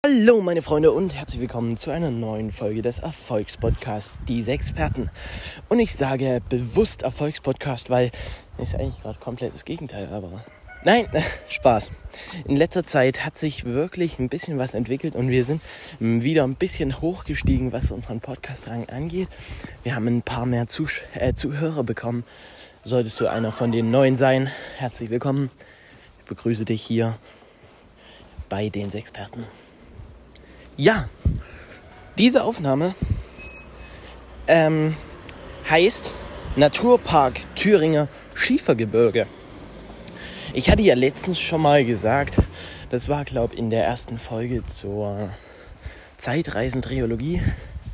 Hallo meine Freunde und herzlich willkommen zu einer neuen Folge des Erfolgspodcasts Diese Experten. Und ich sage bewusst Erfolgspodcast, weil ist eigentlich gerade komplett das Gegenteil, aber nein, Spaß. In letzter Zeit hat sich wirklich ein bisschen was entwickelt und wir sind wieder ein bisschen hochgestiegen, was unseren Podcast-Rang angeht. Wir haben ein paar mehr Zuhörer bekommen. Solltest du einer von den Neuen sein, herzlich willkommen. Ich begrüße dich hier bei den Experten. Ja, diese Aufnahme heißt Naturpark Thüringer Schiefergebirge. Ich hatte ja letztens schon mal gesagt, das war glaube ich in der ersten Folge zur Zeitreisen-Trilogie.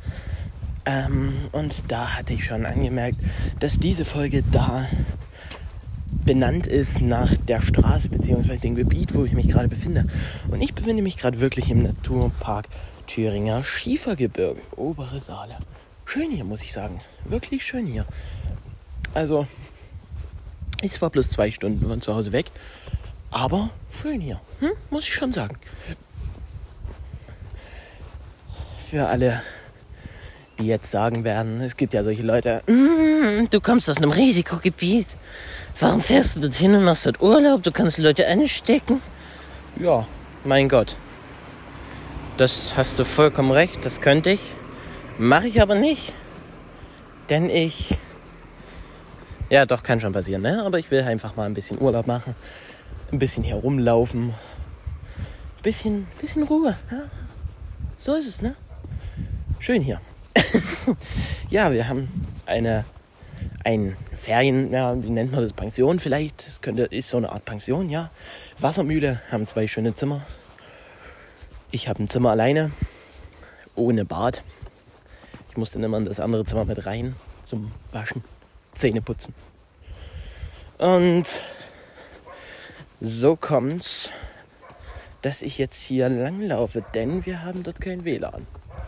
Und da hatte ich schon angemerkt, dass diese Folge da benannt ist nach der Straße bzw. dem Gebiet, wo ich mich gerade befinde. Und ich befinde mich gerade wirklich im Naturpark Thüringer Schiefergebirge, Obere Saale. Schön hier, muss ich sagen. Wirklich schön hier. Also, ich war bloß 2 Stunden von zu Hause weg, aber schön hier, muss ich schon sagen. Für alle, die jetzt sagen werden, es gibt ja solche Leute, du kommst aus einem Risikogebiet, warum fährst du dorthin und machst dort Urlaub, du kannst Leute anstecken? Ja, mein Gott, das hast du vollkommen recht, das könnte ich, mache ich aber nicht, denn ja doch, kann schon passieren, ne? Aber ich will einfach mal ein bisschen Urlaub machen, ein bisschen hier rumlaufen, ein bisschen Ruhe, ja? So ist es, ne? Schön hier. Ja, wir haben ein Ferien, ja, wie nennt man das, Pension vielleicht, ist so eine Art Pension, ja. Wassermühle, haben 2 schöne Zimmer. Ich habe ein Zimmer alleine, ohne Bad. Ich muss dann immer in das andere Zimmer mit rein, zum Waschen, Zähne putzen. Und so kommt's, dass ich jetzt hier langlaufe, denn wir haben dort kein WLAN.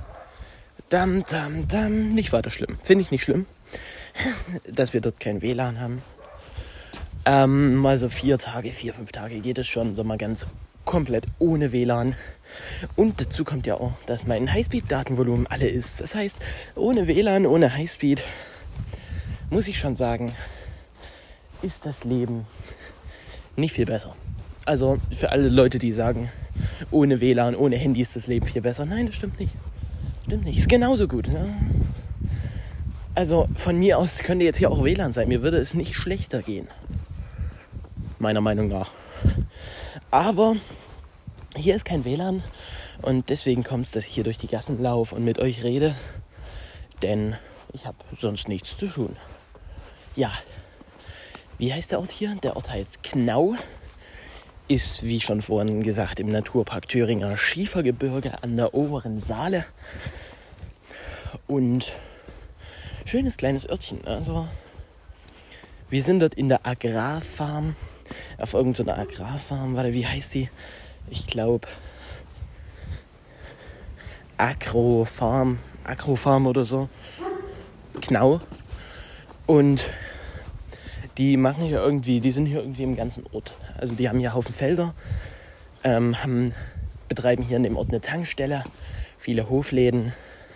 Nicht weiter schlimm. Finde ich nicht schlimm, dass wir dort kein WLAN haben. Mal so 4, 5 Tage geht es schon, so mal ganz komplett ohne WLAN. Und dazu kommt ja auch, dass mein Highspeed-Datenvolumen alle ist. Das heißt, ohne WLAN, ohne Highspeed, muss ich schon sagen, ist das Leben nicht viel besser. Also für alle Leute, die sagen, ohne WLAN, ohne Handy ist das Leben viel besser. Nein, das stimmt nicht. Ist genauso gut. Ne? Also von mir aus könnte jetzt hier auch WLAN sein. Mir würde es nicht schlechter gehen. Meiner Meinung nach. Aber hier ist kein WLAN. Und deswegen kommt es, dass ich hier durch die Gassen laufe und mit euch rede. Denn ich habe sonst nichts zu tun. Ja. Wie heißt der Ort hier? Der Ort heißt Knau. Ist, wie schon vorhin gesagt, im Naturpark Thüringer Schiefergebirge an der Oberen Saale. Und schönes kleines Örtchen. Also wir sind dort in der Agrarfarm, auf irgendeiner Agrarfarm. Warte, wie heißt die? Ich glaube Agrofarm oder so. Knau. Und die sind hier irgendwie im ganzen Ort. Also die haben hier Haufen Felder, betreiben hier in dem Ort eine Tankstelle, viele Hofläden,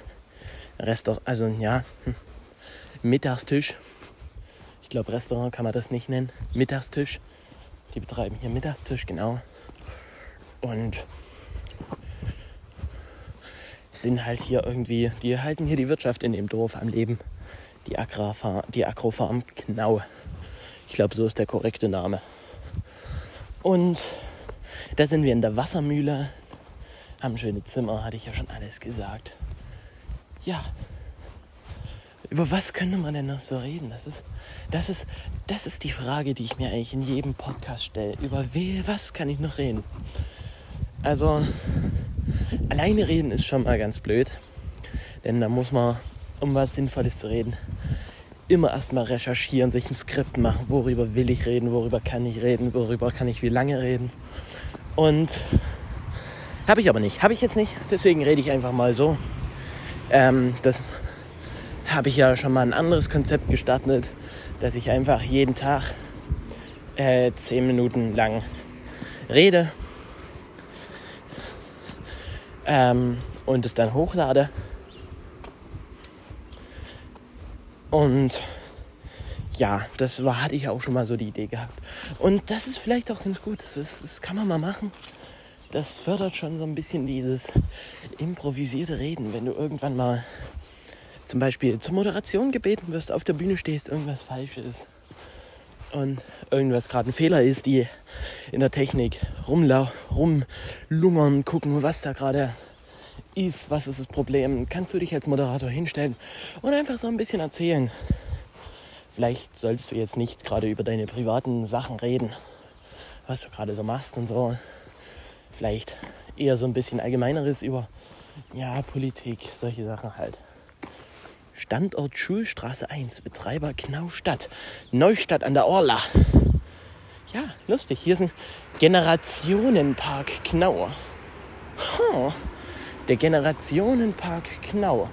Mittagstisch. Ich glaube Restaurant kann man das nicht nennen, Mittagstisch. Die betreiben hier Mittagstisch, genau. Und sind halt hier irgendwie, die halten hier die Wirtschaft in dem Dorf am Leben. Die Agrofarm Knau. Ich glaube, so ist der korrekte Name. Und da sind wir in der Wassermühle, haben schöne Zimmer, hatte ich ja schon alles gesagt. Ja, über was könnte man denn noch so reden? Das ist die Frage, die ich mir eigentlich in jedem Podcast stelle. Über was kann ich noch reden? Also, alleine reden ist schon mal ganz blöd. Denn da muss man, um was Sinnvolles zu reden, immer erstmal recherchieren, sich ein Skript machen, worüber will ich reden, worüber kann ich reden, worüber kann ich wie lange reden. Und habe ich jetzt nicht, deswegen rede ich einfach mal so. Das habe ich ja schon mal ein anderes Konzept gestartet, dass ich einfach jeden Tag 10 Minuten lang rede. und es dann hochlade. Und ja, hatte ich auch schon mal so die Idee gehabt. Und das ist vielleicht auch ganz gut. Das kann man mal machen. Das fördert schon so ein bisschen dieses improvisierte Reden. Wenn du irgendwann mal zum Beispiel zur Moderation gebeten wirst, auf der Bühne stehst, irgendwas falsch ist und irgendwas gerade ein Fehler ist, die in der Technik rumlungern, gucken, was da gerade ist, was ist das Problem, kannst du dich als Moderator hinstellen und einfach so ein bisschen erzählen. Vielleicht solltest du jetzt nicht gerade über deine privaten Sachen reden, was du gerade so machst und so. Vielleicht eher so ein bisschen Allgemeineres über Politik, solche Sachen halt. Standort Schulstraße 1, Betreiber Knaustadt, Neustadt an der Orla. Ja, lustig, hier ist ein Generationenpark Knau. Der Generationenpark Knau.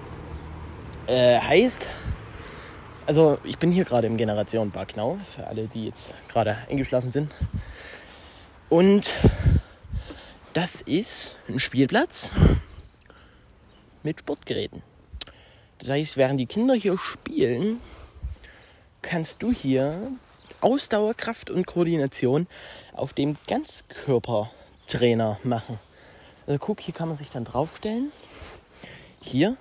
Heißt, also ich bin hier gerade im Generationenpark Knau, für alle, die jetzt gerade eingeschlafen sind. Und das ist ein Spielplatz mit Sportgeräten. Das heißt, während die Kinder hier spielen, kannst du hier Ausdauer, Kraft und Koordination auf dem Ganzkörpertrainer machen. Also guck, hier kann man sich dann draufstellen. Hier.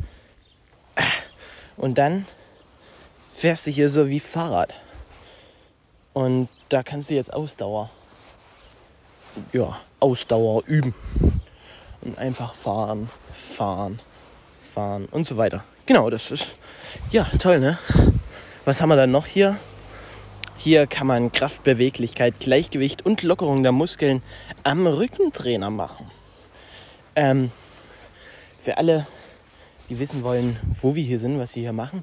Und dann fährst du hier so wie Fahrrad. Und da kannst du jetzt Ausdauer üben. Und einfach fahren und so weiter. Genau, das ist toll, ne? Was haben wir dann noch hier? Hier kann man Kraft, Beweglichkeit, Gleichgewicht und Lockerung der Muskeln am Rückentrainer machen. Für alle, die wissen wollen, wo wir hier sind, was wir hier machen.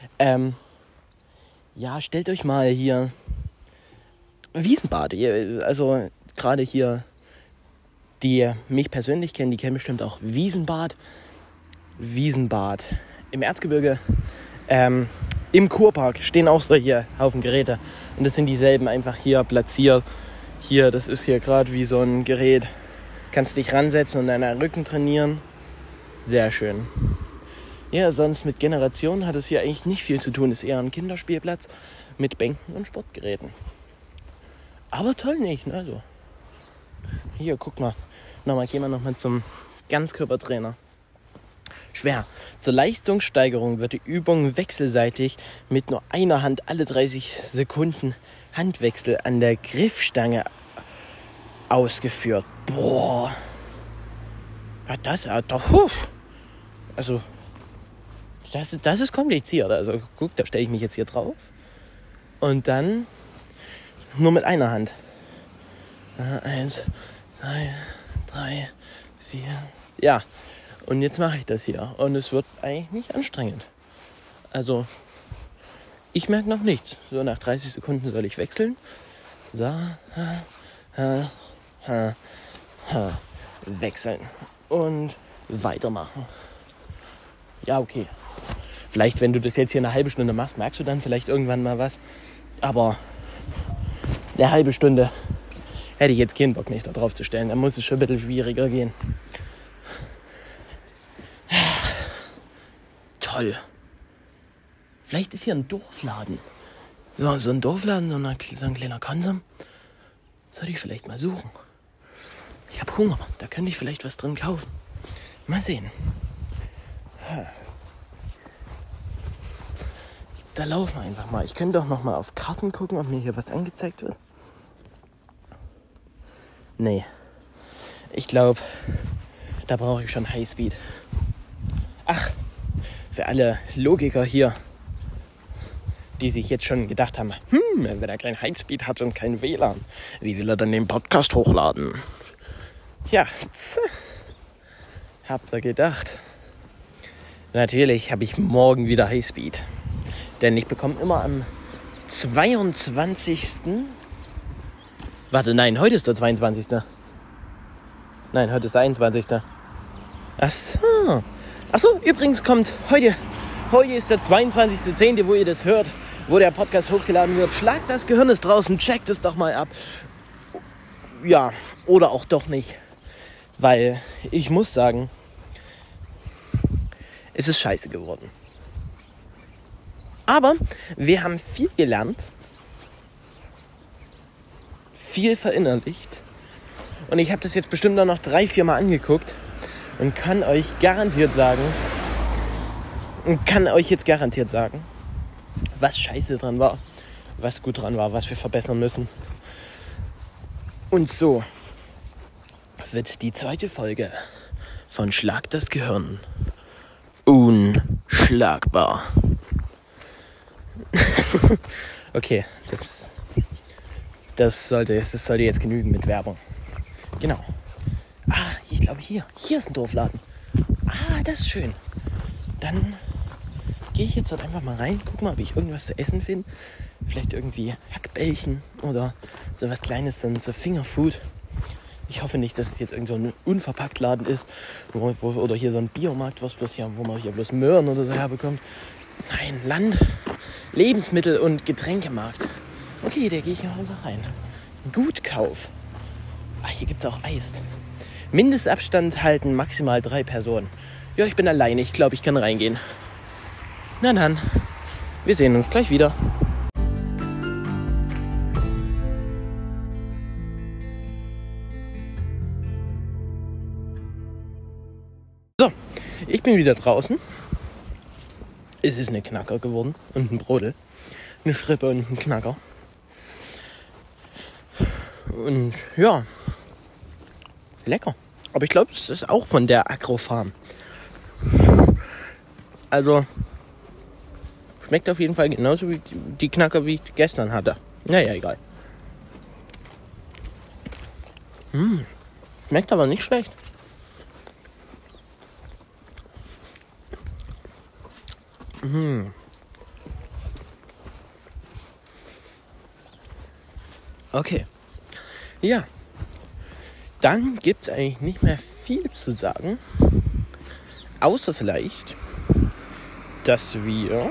Stellt euch mal hier Wiesenbad. Also gerade hier, die mich persönlich kennen, die kennen bestimmt auch Wiesenbad. Wiesenbad im Erzgebirge, im Kurpark stehen auch solche Haufen Geräte und das sind dieselben einfach hier platziert. Hier, das ist hier gerade wie so ein Gerät, kannst dich ransetzen und deinen Rücken trainieren. Sehr schön. Ja, sonst mit Generationen hat es hier eigentlich nicht viel zu tun, ist eher ein Kinderspielplatz mit Bänken und Sportgeräten. Aber toll nicht, ne? Also hier, guck mal, gehen wir nochmal zum Ganzkörpertrainer. Schwer. Zur Leistungssteigerung wird die Übung wechselseitig mit nur einer Hand alle 30 Sekunden Handwechsel an der Griffstange ausgeführt. Boah. Das ist kompliziert. Also guck, da stelle ich mich jetzt hier drauf. Und dann nur mit einer Hand. 1, 2, 3, 4. Ja. Und jetzt mache ich das hier. Und es wird eigentlich nicht anstrengend. Also, ich merke noch nichts. So, nach 30 Sekunden soll ich wechseln. So, wechseln. Und weitermachen. Ja, okay. Vielleicht, wenn du das jetzt hier eine halbe Stunde machst, merkst du dann vielleicht irgendwann mal was. Aber eine halbe Stunde hätte ich jetzt keinen Bock, mich da drauf zu stellen. Da muss es schon ein bisschen schwieriger gehen. Toll. Vielleicht ist hier ein Dorfladen. So ein Dorfladen, so ein kleiner Konsum. Sollte ich vielleicht mal suchen. Ich habe Hunger. Da könnte ich vielleicht was drin kaufen. Mal sehen. Da laufen wir einfach mal. Ich könnte doch noch mal auf Karten gucken, ob mir hier was angezeigt wird. Nee. Ich glaube, da brauche ich schon Highspeed. Ach, für alle Logiker hier, die sich jetzt schon gedacht haben, wenn er kein Highspeed hat und kein WLAN, wie will er dann den Podcast hochladen? Ja, habt ihr gedacht. Natürlich habe ich morgen wieder Highspeed. Denn ich bekomme immer am 22. Warte, nein, heute ist der 22. Nein, heute ist der 21. Achso, übrigens kommt heute ist der 22.10., wo ihr das hört, wo der Podcast hochgeladen wird. Schlagt das Gehirn ist draußen, checkt es doch mal ab. Ja, oder auch doch nicht. Weil ich muss sagen, es ist scheiße geworden. Aber wir haben viel gelernt, viel verinnerlicht. Und ich habe das jetzt bestimmt noch 3-4 Mal angeguckt und kann euch jetzt garantiert sagen, was scheiße dran war, was gut dran war, was wir verbessern müssen. Und so wird die zweite Folge von Schlag das Gehirn unschlagbar. Okay, das sollte jetzt genügen mit Werbung. Genau. Ich glaube hier ist ein Dorfladen. Das ist schön. Dann gehe ich jetzt dort einfach mal rein, guck mal, ob ich irgendwas zu essen finde. Vielleicht irgendwie Hackbällchen oder sowas Kleines, so Fingerfood. Ich hoffe nicht, dass es jetzt irgend so ein Unverpacktladen ist oder hier so ein Biomarkt, wo man hier bloß Möhren oder so herbekommt. Nein, Land, Lebensmittel- und Getränkemarkt. Okay, da gehe ich einfach rein. Gutkauf. Hier gibt es auch Eis. Mindestabstand halten maximal 3 Personen. Ja, ich bin alleine. Ich glaube, ich kann reingehen. Na dann, wir sehen uns gleich wieder. So, ich bin wieder draußen. Es ist eine Knacker geworden und ein Brodel. Eine Schrippe und ein Knacker. Und ja, lecker. Aber ich glaube, es ist auch von der Agrofarm. Also, schmeckt auf jeden Fall genauso wie die Knacker, wie ich gestern hatte. Naja, egal. Schmeckt aber nicht schlecht. Okay. Ja. Dann gibt es eigentlich nicht mehr viel zu sagen. Außer vielleicht, dass wir...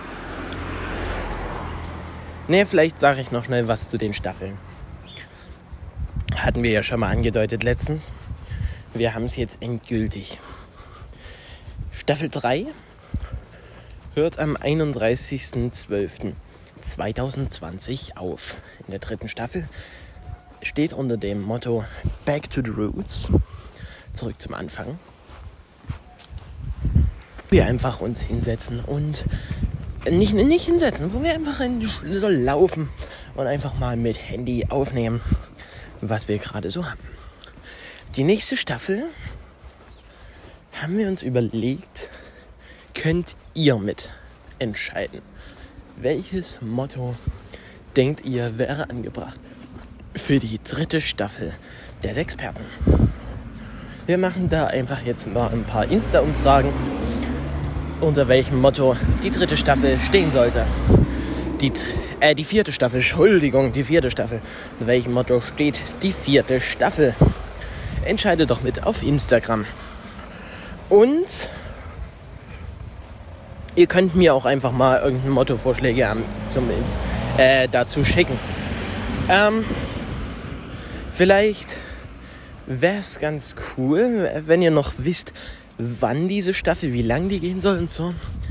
vielleicht sage ich noch schnell was zu den Staffeln. Hatten wir ja schon mal angedeutet letztens. Wir haben es jetzt endgültig. Staffel 3 hört am 31.12.2020 auf. In der 3. Staffel steht unter dem Motto Back to the Roots, zurück zum Anfang. Wir einfach uns hinsetzen und nicht hinsetzen, wo wir einfach so laufen und einfach mal mit Handy aufnehmen, was wir gerade so haben. Die nächste Staffel haben wir uns überlegt, könnt ihr mit entscheiden. Welches Motto denkt ihr wäre angebracht für die 3. Staffel des Experten? Wir machen da einfach jetzt mal ein paar Insta-Umfragen, unter welchem Motto die 3. Staffel stehen sollte. Die 4. Staffel, Entschuldigung, die 4. Staffel. Unter welchem Motto steht die 4. Staffel? Entscheide doch mit auf Instagram. Und ihr könnt mir auch einfach mal irgendein Motto-Vorschläge dazu schicken. Vielleicht wäre es ganz cool, wenn ihr noch wisst, wann diese Staffel, wie lang die gehen soll und so.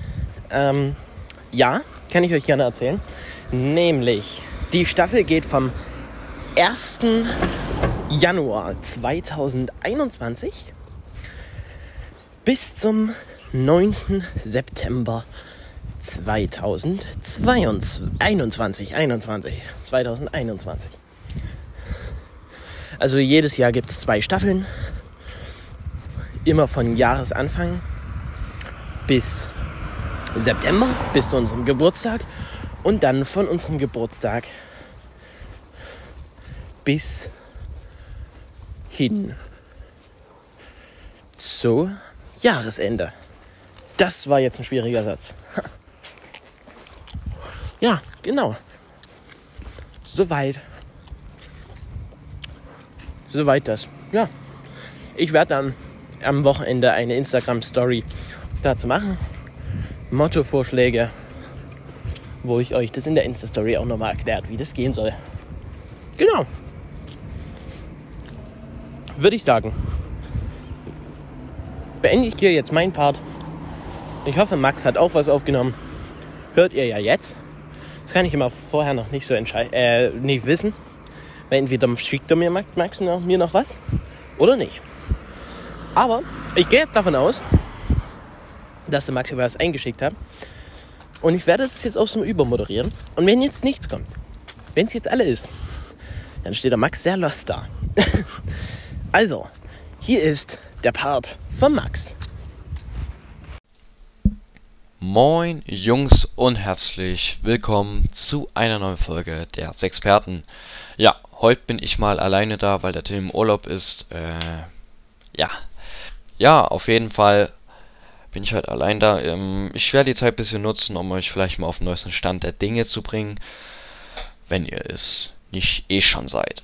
Ja, kann ich euch gerne erzählen. Nämlich, die Staffel geht vom 1. Januar 2021 bis zum 9. September 2021. Also jedes Jahr gibt es 2 Staffeln. Immer von Jahresanfang bis September, bis zu unserem Geburtstag. Und dann von unserem Geburtstag bis hin zu Jahresende. Das war jetzt ein schwieriger Satz. Ja, genau. Soweit das. Ja, ich werde dann am Wochenende eine Instagram-Story dazu machen. Motto-Vorschläge, wo ich euch das in der Insta-Story auch nochmal erklärt, wie das gehen soll. Genau. Würde ich sagen. beende ich hier jetzt meinen Part. Ich hoffe, Max hat auch was aufgenommen. Hört ihr ja jetzt. Das kann ich immer vorher noch nicht so nicht wissen. Weil entweder schickt er mir Max mir noch was oder nicht. Aber ich gehe jetzt davon aus, dass der Max mir was eingeschickt hat. Und ich werde das jetzt auch so übermoderieren. Und wenn jetzt nichts kommt, wenn es jetzt alle ist, dann steht der Max sehr lost da. Also, hier ist der Part von Max. Moin Jungs und herzlich willkommen zu einer neuen Folge der Sexperten. Ja, heute bin ich mal alleine da, weil der Tim im Urlaub ist. Ja, auf jeden Fall bin ich heute allein da. Ich werde die Zeit ein bisschen nutzen, um euch vielleicht mal auf den neuesten Stand der Dinge zu bringen, wenn ihr es nicht schon seid.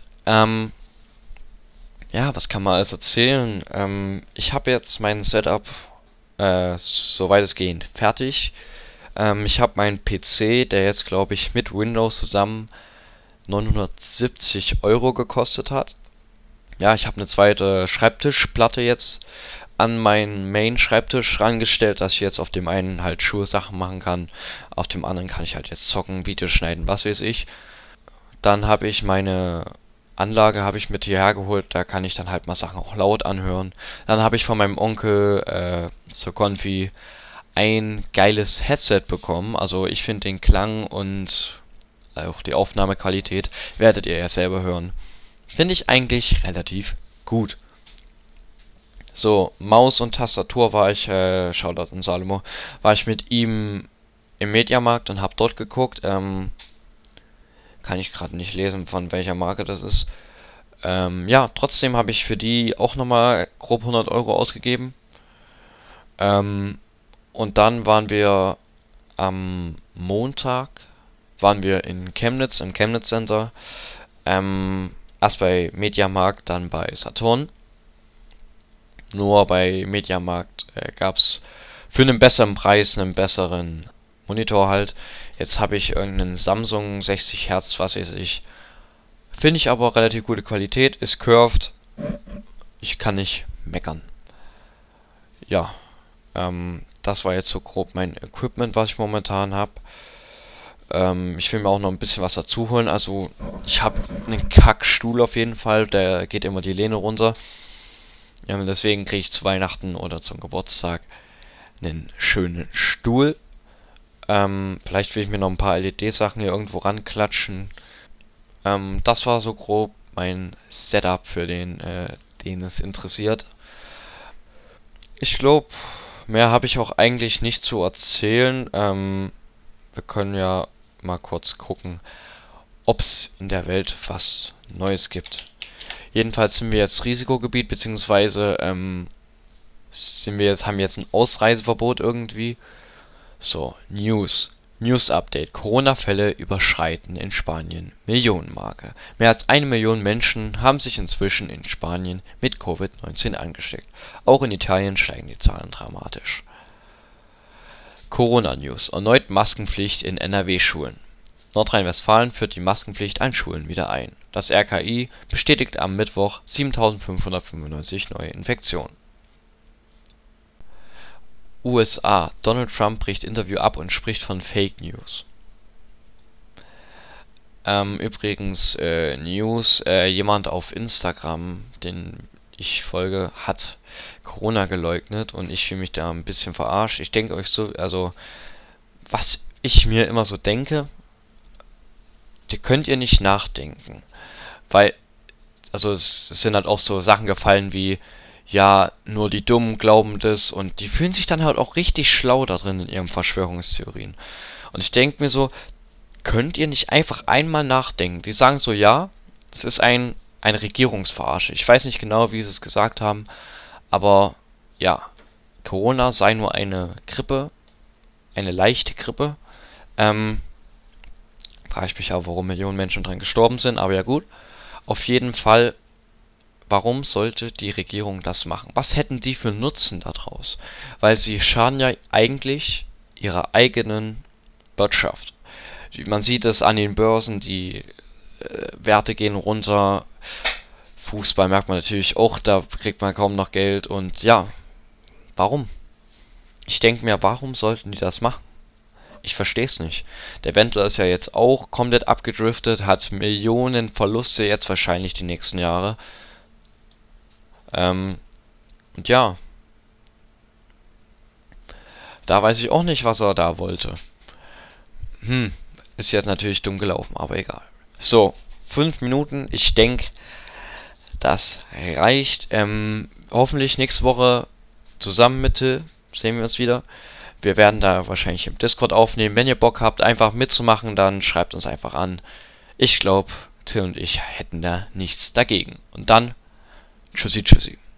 Ja, was kann man alles erzählen? Ich habe jetzt mein Setup so weitestgehend fertig. Ich habe meinen PC, der jetzt glaube ich mit Windows zusammen 970 Euro gekostet hat. Ja, ich habe eine zweite Schreibtischplatte jetzt an meinen Main-Schreibtisch rangestellt, dass ich jetzt auf dem einen halt Schuhe-Sachen machen kann, auf dem anderen kann ich halt jetzt zocken, Videos schneiden, was weiß ich. Dann habe ich meine Anlage mit hierher geholt, da kann ich dann halt mal Sachen auch laut anhören. Dann habe ich von meinem Onkel zur Konfi ein geiles Headset bekommen. Also ich finde den Klang und auch die Aufnahmequalität, werdet ihr ja selber hören, finde ich eigentlich relativ gut. So, Maus und Tastatur war ich, Shoutout an Salomo, war ich mit ihm im Mediamarkt und habe dort geguckt. Kann ich gerade nicht lesen, von welcher Marke das ist. Ja, trotzdem habe ich für die auch nochmal grob 100 Euro ausgegeben. Und dann waren wir am Montag in Chemnitz, im Chemnitz Center. Erst bei Mediamarkt, dann bei Saturn. Nur bei Mediamarkt gab es für einen besseren Preis einen besseren Monitor halt. Jetzt habe ich irgendeinen Samsung 60 Hertz, was weiß ich. Finde ich aber relativ gute Qualität, ist curved. Ich kann nicht meckern. Ja, das war jetzt so grob mein Equipment, was ich momentan habe. Ich will mir auch noch ein bisschen was dazu holen. Also ich habe einen Kackstuhl auf jeden Fall, der geht immer die Lehne runter. Deswegen kriege ich zu Weihnachten oder zum Geburtstag einen schönen Stuhl. Vielleicht will ich mir noch ein paar LED-Sachen hier irgendwo ranklatschen. Das war so grob mein Setup für den es interessiert. Ich glaube, mehr habe ich auch eigentlich nicht zu erzählen. Wir können ja mal kurz gucken, ob es in der Welt was Neues gibt. Jedenfalls sind wir jetzt Risikogebiet, beziehungsweise haben jetzt ein Ausreiseverbot irgendwie. So, News Update. Corona-Fälle überschreiten in Spanien Millionenmarke. Mehr als 1 Million Menschen haben sich inzwischen in Spanien mit Covid-19 angesteckt. Auch in Italien steigen die Zahlen dramatisch. Corona-News. Erneut Maskenpflicht in NRW-Schulen. Nordrhein-Westfalen führt die Maskenpflicht an Schulen wieder ein. Das RKI bestätigt am Mittwoch 7.595 neue Infektionen. USA. Donald Trump bricht Interview ab und spricht von Fake News. Übrigens, News, jemand auf Instagram, den ich folge, hat Corona geleugnet und ich fühle mich da ein bisschen verarscht. Ich denke euch so, also, was ich mir immer so denke, könnt ihr nicht nachdenken. Weil, also es sind halt auch so Sachen gefallen wie, ja, nur die Dummen glauben das und die fühlen sich dann halt auch richtig schlau da drin in ihren Verschwörungstheorien. Und ich denke mir so, könnt ihr nicht einfach einmal nachdenken? Die sagen so, ja, das ist eine Regierungsverarsche. Ich weiß nicht genau, wie sie es gesagt haben, aber ja, Corona sei nur eine Grippe, eine leichte Grippe. Frage ich mich auch, warum Millionen Menschen dran gestorben sind, aber ja gut. Auf jeden Fall, warum sollte die Regierung das machen? Was hätten die für Nutzen daraus? Weil sie schaden ja eigentlich ihrer eigenen Wirtschaft. Man sieht es an den Börsen, die Werte gehen runter. Fußball merkt man natürlich auch, da kriegt man kaum noch Geld und ja, Warum? Ich denke mir, warum sollten die das machen? Ich verstehe es nicht. Der Wendler ist ja jetzt auch komplett abgedriftet, hat Millionen Verluste jetzt wahrscheinlich die nächsten Jahre. Und ja, da weiß ich auch nicht, was er da wollte. Ist jetzt natürlich dumm gelaufen, aber egal. So, 5 Minuten. Ich denke, das reicht. Hoffentlich nächste Woche zusammen mit Till sehen wir uns wieder. Wir werden da wahrscheinlich im Discord aufnehmen. Wenn ihr Bock habt, einfach mitzumachen, dann schreibt uns einfach an. Ich glaube, Till und ich hätten da nichts dagegen. Und dann, tschüssi, tschüssi.